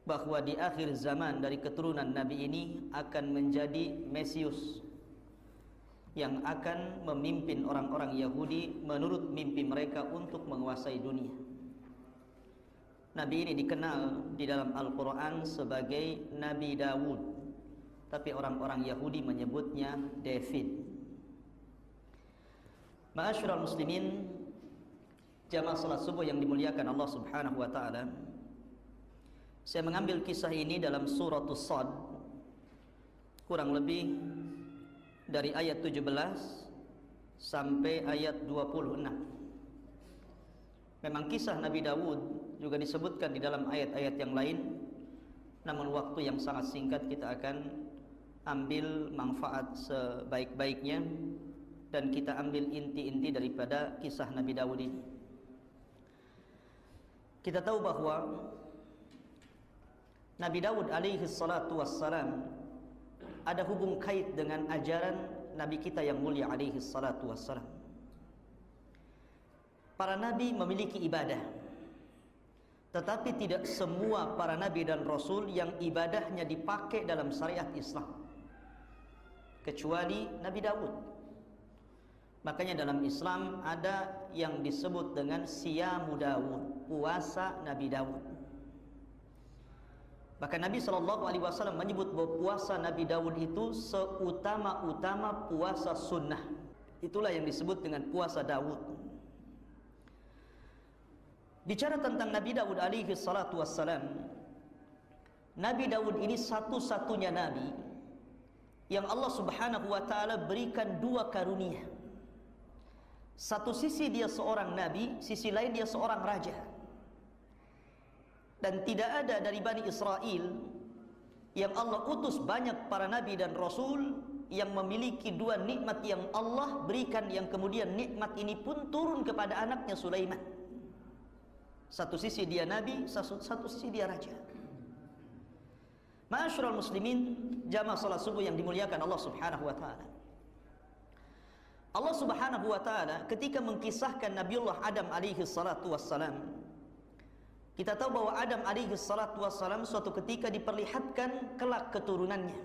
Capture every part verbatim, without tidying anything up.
bahwa di akhir zaman dari keturunan Nabi ini akan menjadi Mesius yang akan memimpin orang-orang Yahudi menurut mimpi mereka untuk menguasai dunia. Nabi ini dikenal di dalam Al-Quran sebagai Nabi Dawud, tapi orang-orang Yahudi menyebutnya David. Ma'asyiral muslimin, jamaah salat subuh yang dimuliakan Allah Subhanahu wa taala, saya mengambil kisah ini dalam surah As-Sad, kurang lebih dari ayat tujuh belas sampai ayat dua puluh enam. Memang kisah Nabi Dawud juga disebutkan di dalam ayat-ayat yang lain, namun waktu yang sangat singkat kita akan ambil manfaat sebaik-baiknya dan kita ambil inti-inti daripada kisah Nabi Dawud ini. Kita tahu bahwa Nabi Dawud alaihi salatu wassalam ada hubung kait dengan ajaran Nabi kita yang mulia alaihi salatu wassalam. Para nabi memiliki ibadah, tetapi tidak semua para nabi dan rasul yang ibadahnya dipakai dalam syariat Islam, kecuali Nabi Dawud. Makanya dalam Islam ada yang disebut dengan Siyamu Dawud, puasa Nabi Dawud. Bahkan Nabi shallallahu alaihi wasallam menyebut bahwa puasa Nabi Dawud itu seutama-utama puasa sunnah. Itulah yang disebut dengan puasa Dawud. Bicara tentang Nabi Dawud alaihi salatu wassalam, Nabi Dawud ini satu-satunya Nabi yang Allah Subhanahu wa ta'ala berikan dua karunia. Satu sisi dia seorang Nabi, sisi lain dia seorang raja. Dan tidak ada dari Bani Israel yang Allah utus banyak para nabi dan rasul yang memiliki dua nikmat yang Allah berikan, yang kemudian nikmat ini pun turun kepada anaknya Sulaiman. Satu sisi dia nabi, satu, satu sisi dia raja. Ma'asyiral muslimin, jamaah salat subuh yang dimuliakan Allah Subhanahu wa taala. Allah Subhanahu wa taala ketika mengkisahkan Nabiullah Adam alaihi salatu wassalam, kita tahu bahwa Adam alaihi salatu wassalam suatu ketika diperlihatkan kelak keturunannya.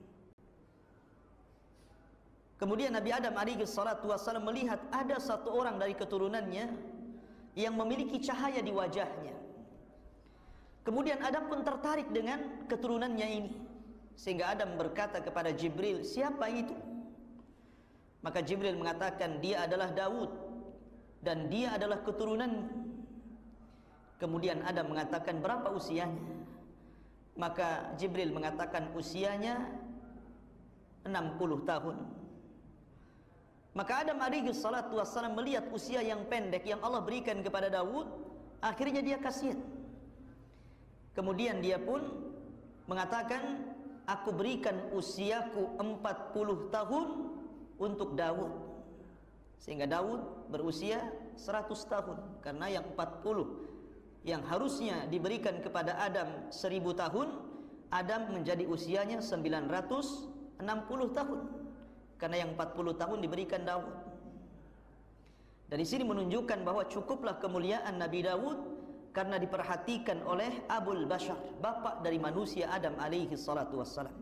Kemudian Nabi Adam alaihi salatu wassalam melihat ada satu orang dari keturunannya yang memiliki cahaya di wajahnya. Kemudian Adam pun tertarik dengan keturunannya ini, sehingga Adam berkata kepada Jibril, "Siapa itu?" Maka Jibril mengatakan, "Dia adalah Dawud dan dia adalah keturunanmu." Kemudian Adam mengatakan, "Berapa usianya?" Maka Jibril mengatakan usianya enam puluh tahun. Maka Adam alaihi salatu wassalam melihat usia yang pendek yang Allah berikan kepada Dawud, akhirnya dia kasihan. Kemudian dia pun mengatakan, "Aku berikan usiaku empat puluh tahun untuk Dawud." Sehingga Dawud berusia seratus tahun, karena yang empat puluh yang harusnya diberikan kepada Adam seribu tahun, Adam menjadi usianya sembilan ratus enam puluh tahun, karena yang empat puluh tahun diberikan Dawud. Dari sini menunjukkan bahwa cukuplah kemuliaan Nabi Dawud karena diperhatikan oleh Abul Bashar, bapak dari manusia Adam alaihi salatu wassalam.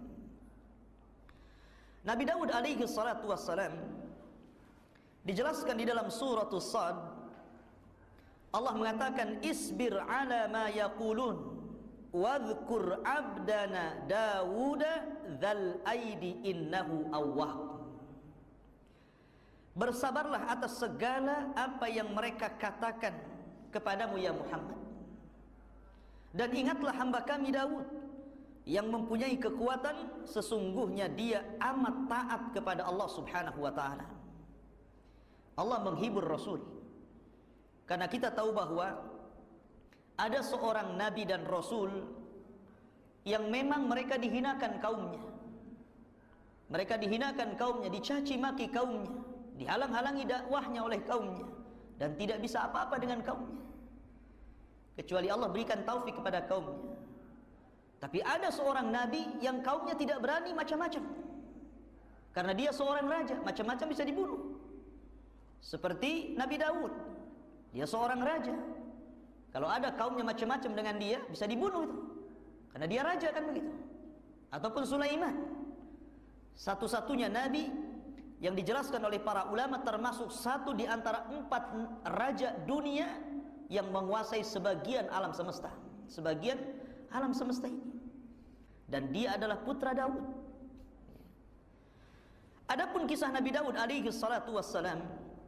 Nabi Dawud alaihi salatu wassalam dijelaskan di dalam surah As-Sad. Allah mengatakan, "Isbir ala ma yaqulun wadhkur abdana Dawuda dzal aidi innahu awwab." Bersabarlah atas segala apa yang mereka katakan kepadamu ya Muhammad, dan ingatlah hamba kami Dawud yang mempunyai kekuatan, sesungguhnya dia amat taat kepada Allah Subhanahu wa ta'ala. Allah menghibur Rasul, karena kita tahu bahwa ada seorang nabi dan rasul yang memang mereka dihinakan kaumnya. Mereka dihinakan kaumnya, dicaci maki kaumnya, dihalang-halangi dakwahnya oleh kaumnya, dan tidak bisa apa-apa dengan kaumnya, kecuali Allah berikan taufik kepada kaumnya. Tapi ada seorang nabi yang kaumnya tidak berani macam-macam, karena dia seorang raja, macam-macam bisa dibunuh. Seperti Nabi Dawud, dia seorang raja, kalau ada kaumnya macam-macam dengan dia, bisa dibunuh itu. karena dia raja kan begitu. Ataupun Sulaiman, satu-satunya nabi yang dijelaskan oleh para ulama termasuk satu di antara empat raja dunia yang menguasai sebagian alam semesta, sebagian alam semesta ini. Dan dia adalah putra Daud. Adapun kisah Nabi Daud alaihi salatu wassalam,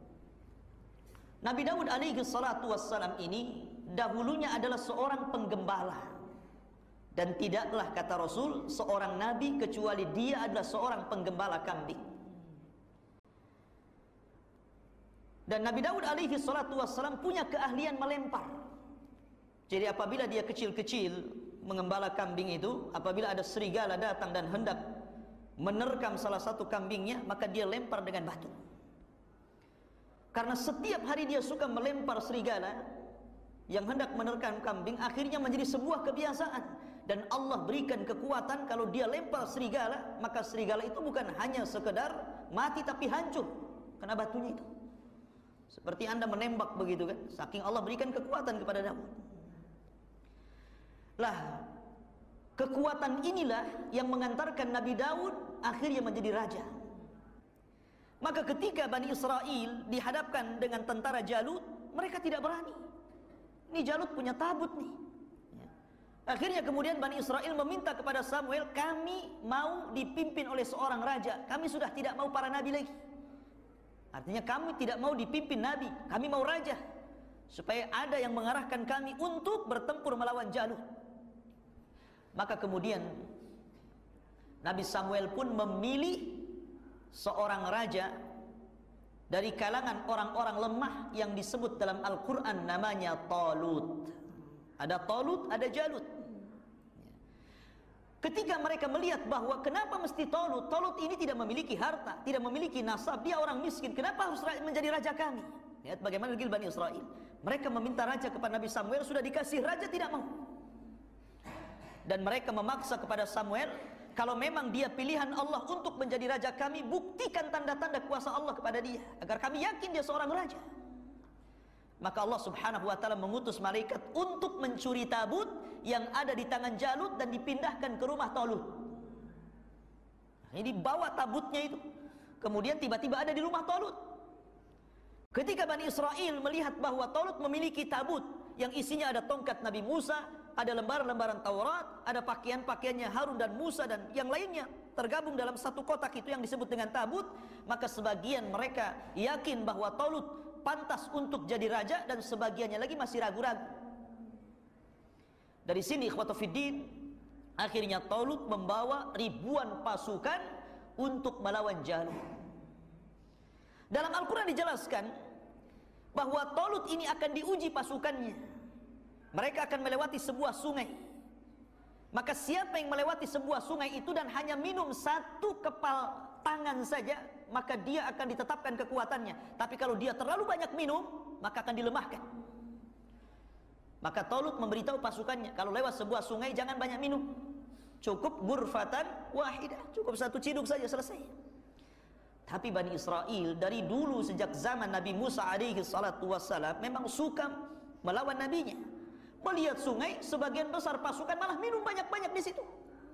Nabi Daud alaihi salatu wassalam ini dahulunya adalah seorang penggembala, dan tidaklah kata Rasul seorang nabi kecuali dia adalah seorang penggembala kambing. Dan Nabi Daud alaihi salatu wassalam punya keahlian melempar. Jadi apabila dia kecil-kecil mengembala kambing itu, apabila ada serigala datang dan hendak menerkam salah satu kambingnya, maka dia lempar dengan batu. Karena setiap hari dia suka melempar serigala yang hendak menerkam kambing, akhirnya menjadi sebuah kebiasaan. Dan Allah berikan kekuatan, kalau dia lempar serigala, maka serigala itu bukan hanya sekedar mati tapi hancur karena batunya itu. Seperti Anda menembak begitu kan, saking Allah berikan kekuatan kepada Daud. Lah, kekuatan inilah yang mengantarkan Nabi Daud akhirnya menjadi raja. Maka ketika Bani Israel dihadapkan dengan tentara Jalut, mereka tidak berani. Ini Jalut punya tabut nih. Akhirnya kemudian Bani Israel meminta kepada Samuel, kami mau dipimpin oleh seorang raja. Kami sudah tidak mau para nabi lagi. Artinya kami tidak mau dipimpin nabi, kami mau raja, supaya ada yang mengarahkan kami untuk bertempur melawan Jalut. Maka kemudian Nabi Samuel pun memilih seorang raja dari kalangan orang-orang lemah yang disebut dalam Al-Quran namanya Talut. Ada Talut, ada Jalut. Ketika mereka melihat bahwa kenapa mesti Talut, Talut ini tidak memiliki harta, tidak memiliki nasab, dia orang miskin, kenapa harus menjadi raja kami? Lihat bagaimana lagi Bani Israel. Mereka meminta raja kepada Nabi Samuel, sudah dikasih raja tidak mau. Dan mereka memaksa kepada Samuel, kalau memang dia pilihan Allah untuk menjadi raja kami, buktikan tanda-tanda kuasa Allah kepada dia, agar kami yakin dia seorang raja. Maka Allah subhanahu wa ta'ala mengutus malaikat untuk mencuri tabut yang ada di tangan Jalut dan dipindahkan ke rumah Talut. Ini dibawa tabutnya itu, kemudian tiba-tiba ada di rumah Talut. Ketika Bani Israel melihat bahwa Talut memiliki tabut yang isinya ada tongkat Nabi Musa, ada lembaran-lembaran Taurat, ada pakaian-pakaiannya Harun dan Musa dan yang lainnya tergabung dalam satu kotak itu yang disebut dengan tabut, maka sebagian mereka yakin bahwa Talut pantas untuk jadi raja dan sebagiannya lagi masih ragu-ragu. Dari sini ikhwatu fiddin, akhirnya Talut membawa ribuan pasukan untuk melawan Jalut. Dalam Al-Quran dijelaskan bahwa Talut ini akan diuji pasukannya. Mereka akan melewati sebuah sungai. Maka siapa yang melewati sebuah sungai itu dan hanya minum satu kepal tangan saja, maka dia akan ditetapkan kekuatannya. Tapi kalau dia terlalu banyak minum, maka akan dilemahkan. Maka Talut memberitahu pasukannya, kalau lewat sebuah sungai jangan banyak minum, cukup gurfatan wahidah, cukup satu ciduk saja selesai. Tapi Bani Israel dari dulu sejak zaman Nabi Musa alaihi salatu wassalam memang suka melawan nabinya. Melihat sungai, sebagian besar pasukan malah minum banyak-banyak di situ.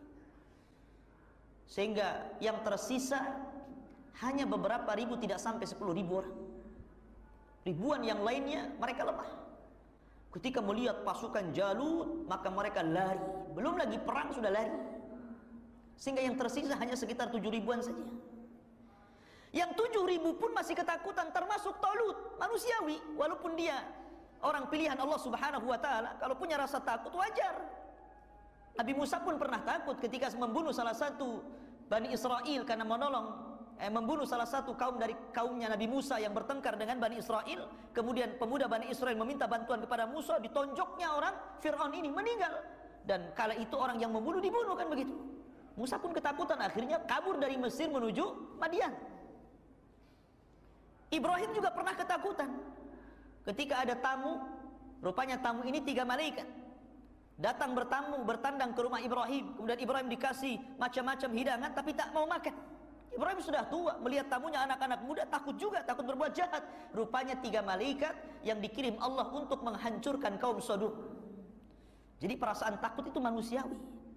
Sehingga yang tersisa hanya beberapa ribu, tidak sampai sepuluh ribu orang. Ribuan yang lainnya mereka lemah. Ketika melihat pasukan Jalut, maka mereka lari. Belum lagi perang sudah lari. Sehingga yang tersisa hanya sekitar tujuh ribuan saja. Yang tujuh ribu pun masih ketakutan, termasuk Talut, manusiawi, walaupun dia orang pilihan Allah subhanahu wa ta'ala. Kalau punya rasa takut wajar. Nabi Musa pun pernah takut ketika membunuh salah satu Bani Israel karena menolong eh, membunuh salah satu kaum dari kaumnya Nabi Musa yang bertengkar dengan Bani Israel. Kemudian pemuda Bani Israel meminta bantuan kepada Musa, ditonjoknya orang Fir'aun ini meninggal. Dan kala itu orang yang membunuh dibunuh, kan begitu. Musa pun ketakutan, akhirnya kabur dari Mesir menuju Madian. Ibrahim juga pernah ketakutan ketika ada tamu, rupanya tamu ini tiga malaikat datang bertamu, bertandang ke rumah Ibrahim. Kemudian Ibrahim dikasih macam-macam hidangan tapi tak mau makan. Ibrahim sudah tua, melihat tamunya anak-anak muda, takut juga, takut berbuat jahat. Rupanya tiga malaikat yang dikirim Allah untuk menghancurkan kaum Sodom. Jadi perasaan takut itu manusiawi.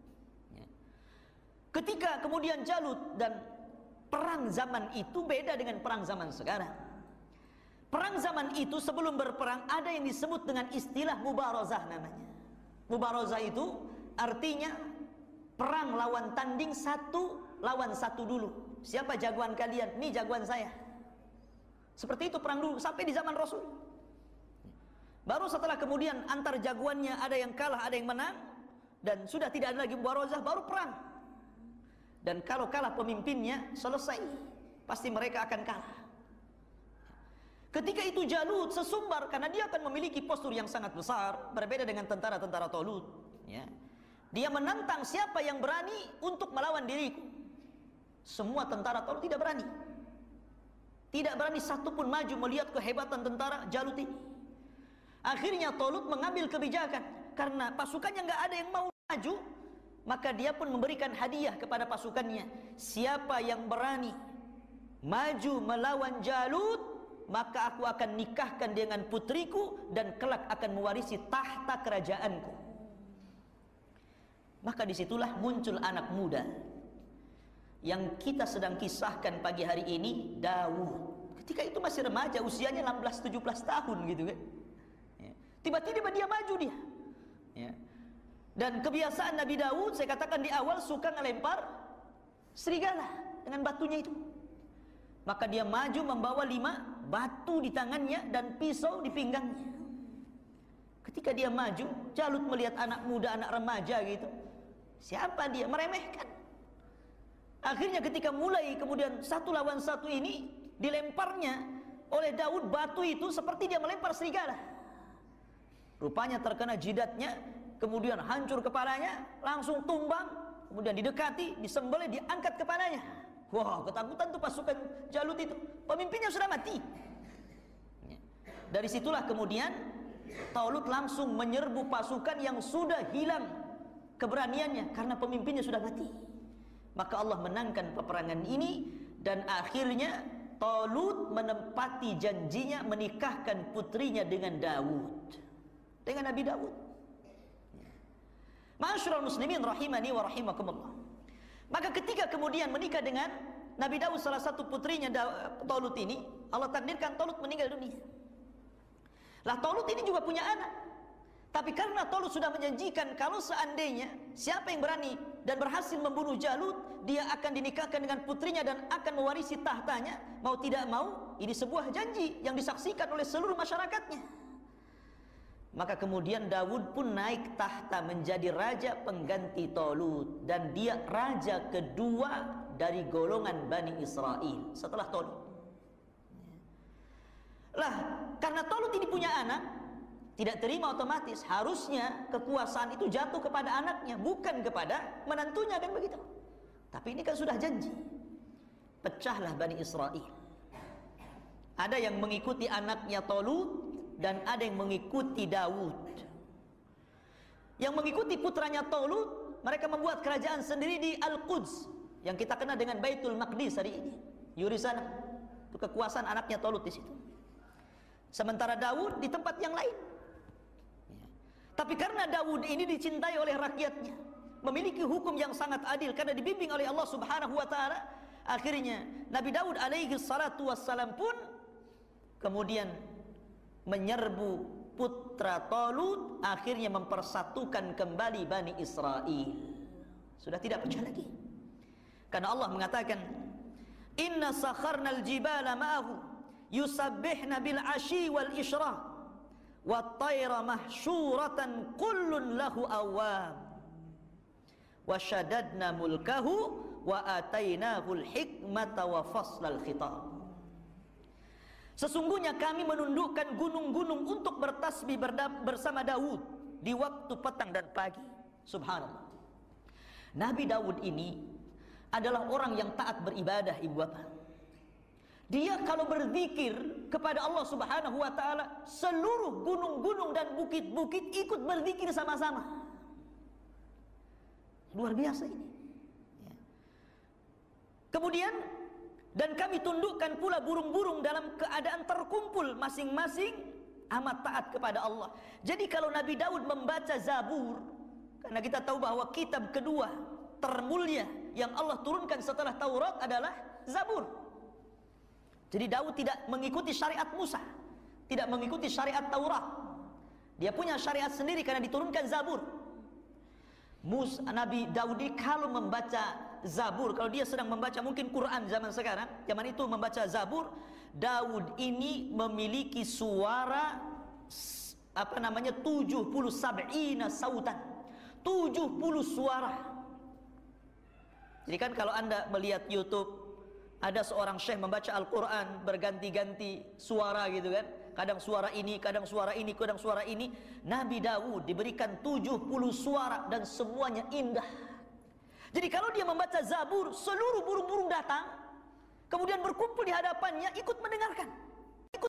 Ketika kemudian Jalut, dan perang zaman itu beda dengan perang zaman sekarang. Perang zaman itu sebelum berperang ada yang disebut dengan istilah mubarazah namanya. Mubarazah itu artinya perang lawan tanding, satu lawan satu dulu. Siapa jagoan kalian? Ini jagoan saya. Seperti itu perang dulu sampai di zaman Rasul. Baru setelah kemudian antar jagoannya ada yang kalah, ada yang menang, dan sudah tidak ada lagi mubarazah, baru perang. Dan kalau kalah pemimpinnya, selesai. Pasti mereka akan kalah. Ketika itu Jalut sesumbar, karena dia akan memiliki postur yang sangat besar, berbeda dengan tentara-tentara Talut. Ya. Dia menantang siapa yang berani untuk melawan diriku. Semua tentara Talut tidak berani. Tidak berani satupun maju melihat kehebatan tentara Jalut ini. Akhirnya Talut mengambil kebijakan, karena pasukannya nggak ada yang mau maju, maka dia pun memberikan hadiah kepada pasukannya. Siapa yang berani maju melawan Jalut, maka aku akan nikahkan dengan putriku dan kelak akan mewarisi tahta kerajaanku. Maka disitulah muncul anak muda yang kita sedang kisahkan pagi hari ini, Daud. Ketika itu masih remaja, usianya enam belas tujuh belas tahun gitu kan. Tiba-tiba dia maju dia. Ya. Dan kebiasaan Nabi Daud, saya katakan di awal, suka ngelempar serigala dengan batunya itu. Maka dia maju membawa lima batu di tangannya dan pisau di pinggangnya. Ketika dia maju, Jalut melihat anak muda, anak remaja gitu. Siapa dia? Meremehkan. Akhirnya ketika mulai kemudian satu lawan satu ini, dilemparnya oleh Daud batu itu seperti dia melempar serigala. Rupanya terkena jidatnya, kemudian hancur kepalanya, langsung tumbang, kemudian didekati, disembelih, diangkat kepalanya. Wah, ketakutan tuh pasukan Jalut itu. Pemimpinnya sudah mati. Dari situlah kemudian Talut langsung menyerbu pasukan yang sudah hilang keberaniannya karena pemimpinnya sudah mati. Maka Allah menangkan peperangan ini, dan akhirnya Talut menempati janjinya menikahkan putrinya dengan Daud, dengan Nabi Daud. Ma'asyiral muslimin rahimani wa rahimakumullah. Maka ketika kemudian menikah dengan Nabi Daud, salah satu putrinya Talut ini, Allah takdirkan Talut meninggal dunia. Lah Talut ini juga punya anak. Tapi karena Talut sudah menjanjikan kalau seandainya siapa yang berani dan berhasil membunuh Jalut, dia akan dinikahkan dengan putrinya dan akan mewarisi tahtanya, mau tidak mau, ini sebuah janji yang disaksikan oleh seluruh masyarakatnya. Maka kemudian Daud pun naik tahta menjadi raja pengganti Talut, dan dia raja kedua dari golongan Bani Israel setelah Talut. Lah, karena Talut ini punya anak, tidak terima otomatis, harusnya kekuasaan itu jatuh kepada anaknya, bukan kepada menantunya, kan begitu. Tapi ini kan sudah janji. Pecahlah Bani Israel. Ada yang mengikuti anaknya Talut dan ada yang mengikuti Daud. Yang mengikuti putranya Talut, mereka membuat kerajaan sendiri di Al-Quds, yang kita kenal dengan Baitul Maqdis hari ini. Yurisana, itu kekuasaan anaknya Talut di situ. Sementara Daud di tempat yang lain. Ya. Tapi karena Daud ini dicintai oleh rakyatnya, memiliki hukum yang sangat adil karena dibimbing oleh Allah Subhanahu wa taala, akhirnya Nabi Daud alaihi salatu wassalam pun kemudian menyerbu putra Talut, akhirnya mempersatukan kembali Bani Israel. Sudah tidak pecah lagi. Karena Allah mengatakan, "Inna sakharnal jibala ma'ahu yusabbihna bil ashi wal isyraq wat tayra mahsyuratan kullun lahu awwab wa shaddadna mulkahu wa atainahu al hikmata wa faslal khitab." Sesungguhnya kami menundukkan gunung-gunung untuk bertasbih bersama Daud di waktu petang dan pagi. Subhanallah. Nabi Daud ini adalah orang yang taat beribadah, ibu bapak. Dia kalau berzikir kepada Allah Subhanahu wa taala, seluruh gunung-gunung dan bukit-bukit ikut berzikir sama-sama. Luar biasa ini. Kemudian, dan kami tundukkan pula burung-burung dalam keadaan terkumpul masing-masing amat taat kepada Allah. Jadi kalau Nabi Daud membaca Zabur, karena kita tahu bahwa kitab kedua termulia yang Allah turunkan setelah Taurat adalah Zabur. Jadi Daud tidak mengikuti syariat Musa, tidak mengikuti syariat Taurat. Dia punya syariat sendiri karena diturunkan Zabur. Musa, Nabi Daud kalau membaca Zabur, kalau dia sedang membaca mungkin Quran zaman sekarang, zaman itu membaca Zabur, Daud ini memiliki suara apa namanya tujuh puluh sab'ina sautan, tujuh puluh suara. Jadi kan kalau Anda melihat YouTube, ada seorang syekh membaca Al-Quran berganti-ganti suara gitu kan, kadang suara ini, kadang suara ini, kadang suara ini. Nabi Daud diberikan tujuh puluh suara dan semuanya indah. Jadi kalau dia membaca Zabur, seluruh burung-burung datang, kemudian berkumpul di hadapannya ikut mendengarkan.